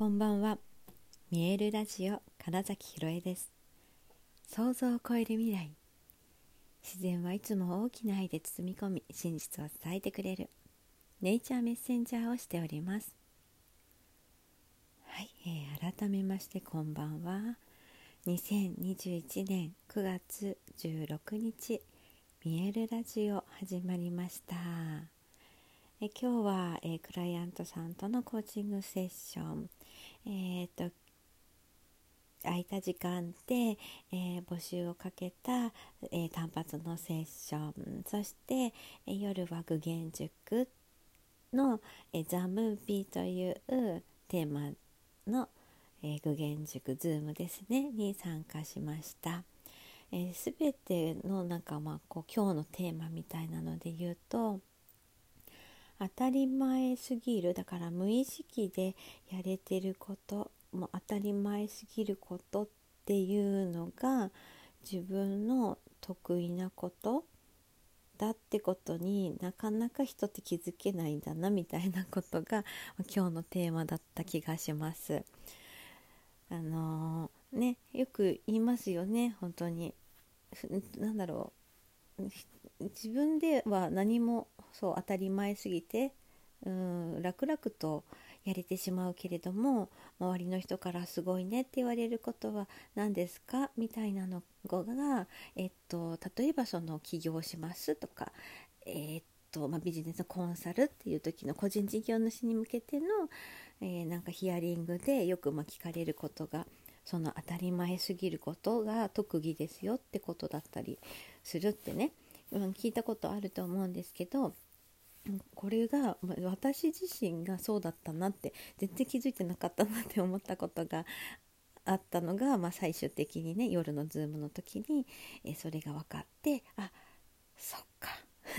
こんばんは。見えるラジオ金崎ひろえです。想像を超える未来。自然はいつも大きな愛で包み込み、真実を伝えてくれるネイチャーメッセンジャーをしております。はい、改めましてこんばんは。2021年9月16日見えるラジオ始まりました。今日は、クライアントさんとのコーチングセッション、空いた時間で、募集をかけた、単発のセッション、そして、夜は具現塾の、ザ・ムービーというテーマの、具現塾ズームですねに参加しました。すべてのこう今日のテーマみたいなので言うと、当たり前すぎる、だから無意識でやれてること、もう当たり前すぎることっていうのが自分の得意なことだってことになかなか人って気づけないんだなみたいなことが今日のテーマだった気がします。よく言いますよね、本当に。なんだろう、自分では何もそう当たり前すぎて楽々とやれてしまうけれども、周りの人からすごいねって言われることは何ですかみたいなのが、例えばその起業しますとか、ビジネスのコンサルっていう時の個人事業主に向けての、ヒアリングでよく聞かれることが、その当たり前すぎることが特技ですよってことだったりするってね、聞いたことあると思うんですけど、これが私自身がそうだったなって、全然気づいてなかったなって思ったことがあったのが、最終的にね、夜のズームの時に、それが分かって、あ、そっか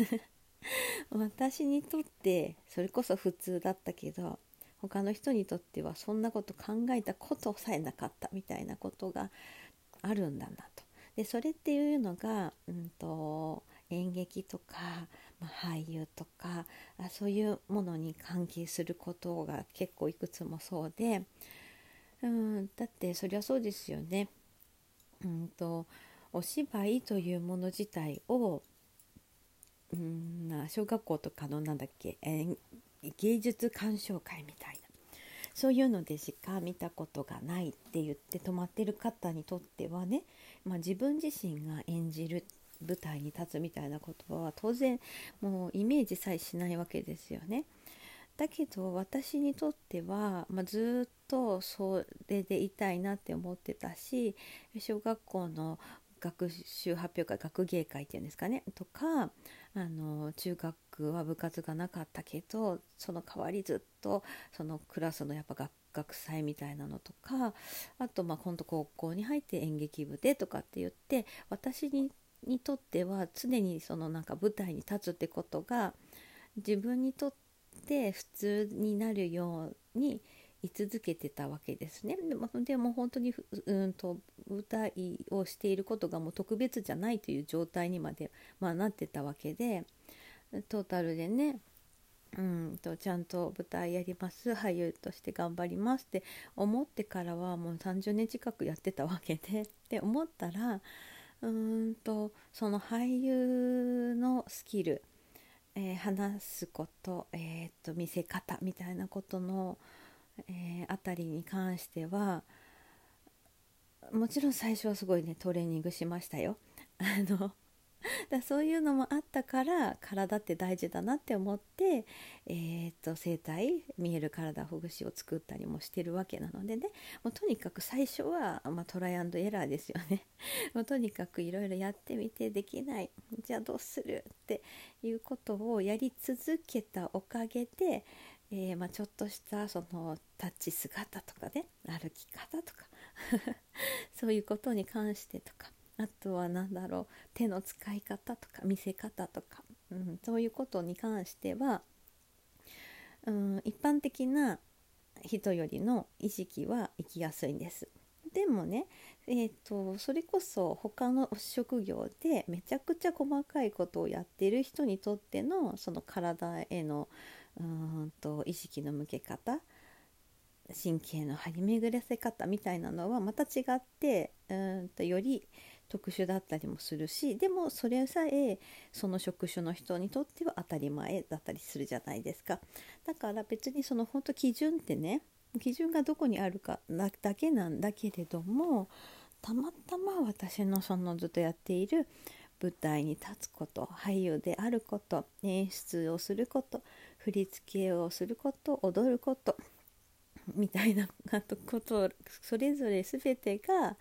私にとってそれこそ普通だったけど、他の人にとってはそんなこと考えたことさえなかったみたいなことがあるんだなと。でそれっていうのが、演劇とか、俳優とかそういうものに関係することが結構いくつもそうで、だってそりゃそうですよね。お芝居というもの自体を小学校とかの芸術鑑賞会みたいな、そういうのでしか見たことがないって言って泊まってる方にとってはね、自分自身が演じる舞台に立つみたいなことは当然もうイメージさえしないわけですよね。だけど私にとっては、ずっとそれでいたいなって思ってたし、小学校の学習発表会、学芸会っていうんですかねとか、中学は部活がなかったけど、その代わりずっとそのクラスのやっぱ学祭みたいなのとか、あと今度高校に入って演劇部でとかって言って、私にとっては常にその舞台に立つってことが自分にとって普通になるように居続けてたわけですね。でも本当に舞台をしていることがもう特別じゃないという状態にまで、なってたわけで、トータルでね、ちゃんと舞台やります、俳優として頑張りますって思ってからはもう30年近くやってたわけで、って思ったら、その俳優のスキル、話すこと、見せ方みたいなことの、あたりに関しては、もちろん最初はすごいねトレーニングしましたよ。そういうのもあったから、体って大事だなって思って、整体見える体ほぐしを作ったりもしてるわけなのでね、もうとにかく最初は、トライアンドエラーですよね。もうとにかくいろいろやってみて、できない、じゃあどうするっていうことをやり続けたおかげで、ちょっとしたその立ち姿とかね、歩き方とかそういうことに関してとか、あとは手の使い方とか見せ方とか、そういうことに関しては、一般的な人よりの意識は生きやすいんです。でもね、それこそ他の職業でめちゃくちゃ細かいことをやっている人にとってのその体への意識の向け方、 神経の張り巡らせ方みたいなのはまた違って、より特殊だったりもするし、でもそれさえその職種の人にとっては当たり前だったりするじゃないですか。だから別にその本当基準ってね、基準がどこにあるかだけなんだけれども、たまたま私のそのずっとやっている舞台に立つこと、俳優であること、演出をすること、振り付けをすること、踊ることみたいなことそれぞれ全てが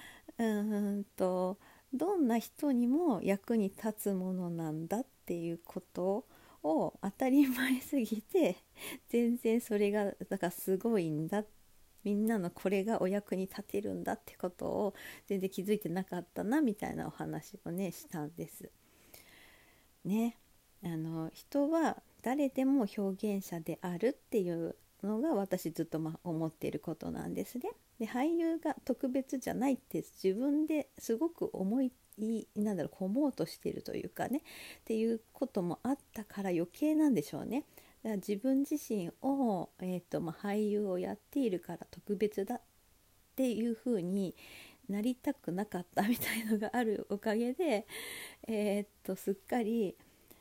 どんな人にも役に立つものなんだっていうことを当たり前すぎて、全然それがだからすごいんだ、みんなのこれがお役に立てるんだってことを全然気づいてなかったなみたいなお話をねしたんですね。人は誰でも表現者であるっていうのが私ずっと思っていることなんですね。で、俳優が特別じゃないって自分ですごくこもうとしているというかねっていうこともあったから余計なんでしょうね。だから自分自身を、俳優をやっているから特別だっていう風になりたくなかったみたいのがあるおかげで、すっかり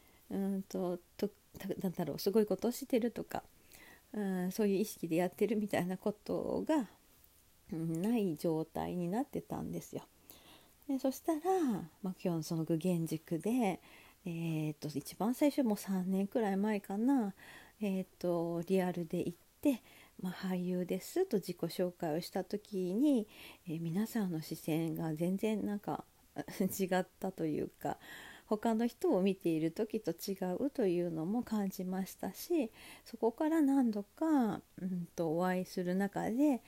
なんだろう、すごいことをしてるとか、そういう意識でやってるみたいなことが、ない状態になってたんですよ。でそしたら、今日のその具現塾で、一番最初もう3年くらい前かな、リアルで行って、俳優ですと自己紹介をした時に、皆さんの視線が全然なんか違ったというか、他の人を見ている時と違うというのも感じましたし、そこから何度か、お会いする中で、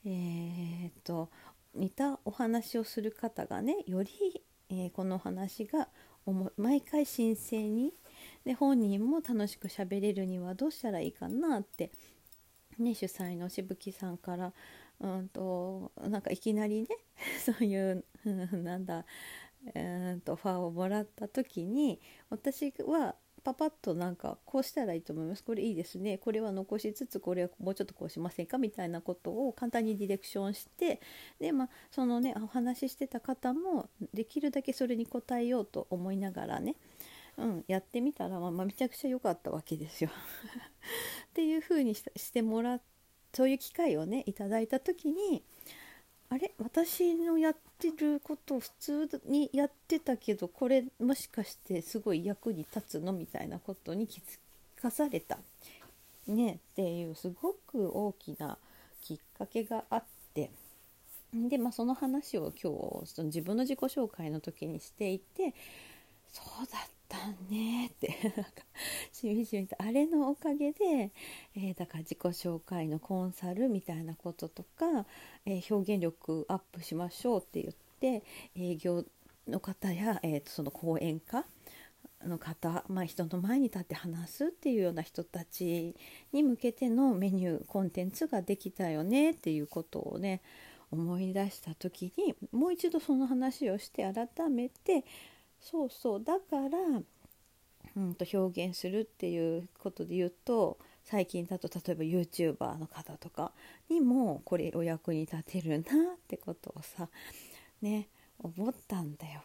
似たお話をする方がね、より、この話が毎回新鮮にで本人も楽しく喋れるにはどうしたらいいかなって、ね、主催のしぶきさんからなんかいきなりねそういうなんだファーをもらった時に、私はパパッとなんかこうしたらいいと思います、これいいですね、これは残しつつこれはもうちょっとこうしませんかみたいなことを簡単にディレクションして、でそのねお話ししてた方もできるだけそれに応えようと思いながらね、やってみたら、めちゃくちゃ良かったわけですよっていう風にしてもらっそういう機会をねいただいた時に、あれ、私のやってることを普通にやってたけど、これもしかしてすごい役に立つのみたいなことに気づかされたねっていう、すごく大きなきっかけがあって、で、その話を今日その自分の自己紹介の時にしていて、そうだったねってなんかしみじみと、あれのおかげで、だから自己紹介のコンサルみたいなこととか、表現力アップしましょうって言って営業の方や、その講演家の方、人の前に立って話すっていうような人たちに向けてのメニューコンテンツができたよねっていうことをね思い出した時に、もう一度その話をして改めて、そうそうだから、表現するっていうことで言うと、最近だと例えば YouTuber の方とかにもこれお役に立てるなってことをさね思ったんだよ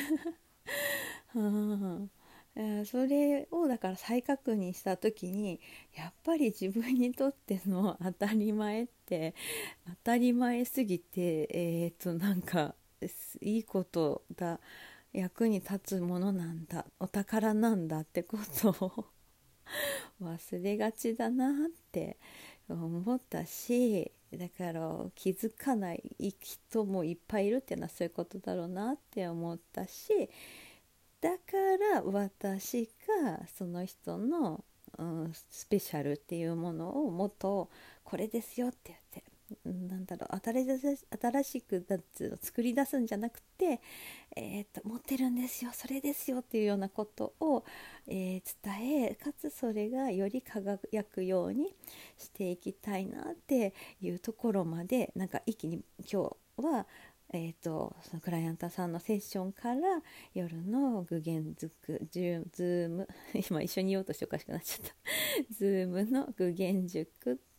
それをだから再確認した時に、やっぱり自分にとっての当たり前って当たり前すぎて、なんかいいことだ、役に立つものなんだ、お宝なんだってことを忘れがちだなって思ったし、だから気づかない人もいっぱいいるっていうのはそういうことだろうなって思ったし、だから私がその人の、スペシャルっていうものをもっとこれですよって言って、なんだろう、新しく作り出すんじゃなくて、持ってるんですよ、それですよっていうようなことを、伝え、かつそれがより輝くようにしていきたいなっていうところまで、なんか一気に今日はそのクライアントさんのセッションから夜の具現塾ズーム今一緒に言おうとしておかしくなっちゃったズームの具現塾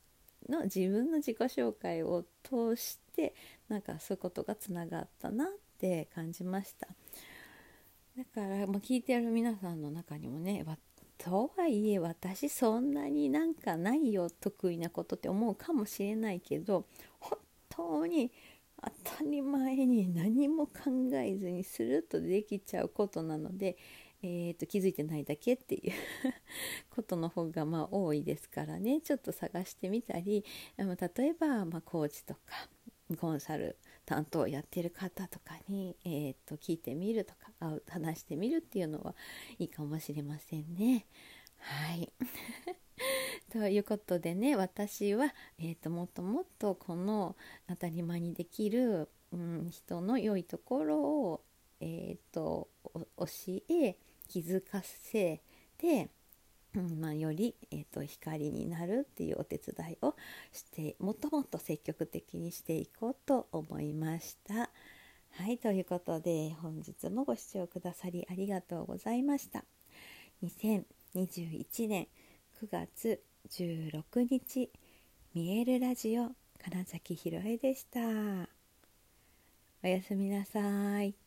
の自分の自己紹介を通してなんかそういうことがつながったなって感じました。だから、聞いてる皆さんの中にもね、とはいえ私そんなになんかないよ得意なことって思うかもしれないけど、本当に当たり前に何も考えずにスルッとできちゃうことなので、気づいてないだけっていうことの方が多いですからね、ちょっと探してみたり、例えば、コーチとかコンサル担当をやってる方とかに、聞いてみるとか話してみるっていうのはいいかもしれませんね。はいということでね、私は、もっともっとこの当たり前にできる、人の良いところを、教え気づかせて、より、光になるっていうお手伝いをしてもっともっと積極的にしていこうと思いました。はい、ということで本日もご視聴くださりありがとうございました。2021年9月16日見えるラジオ金崎ひろえでした。おやすみなさい。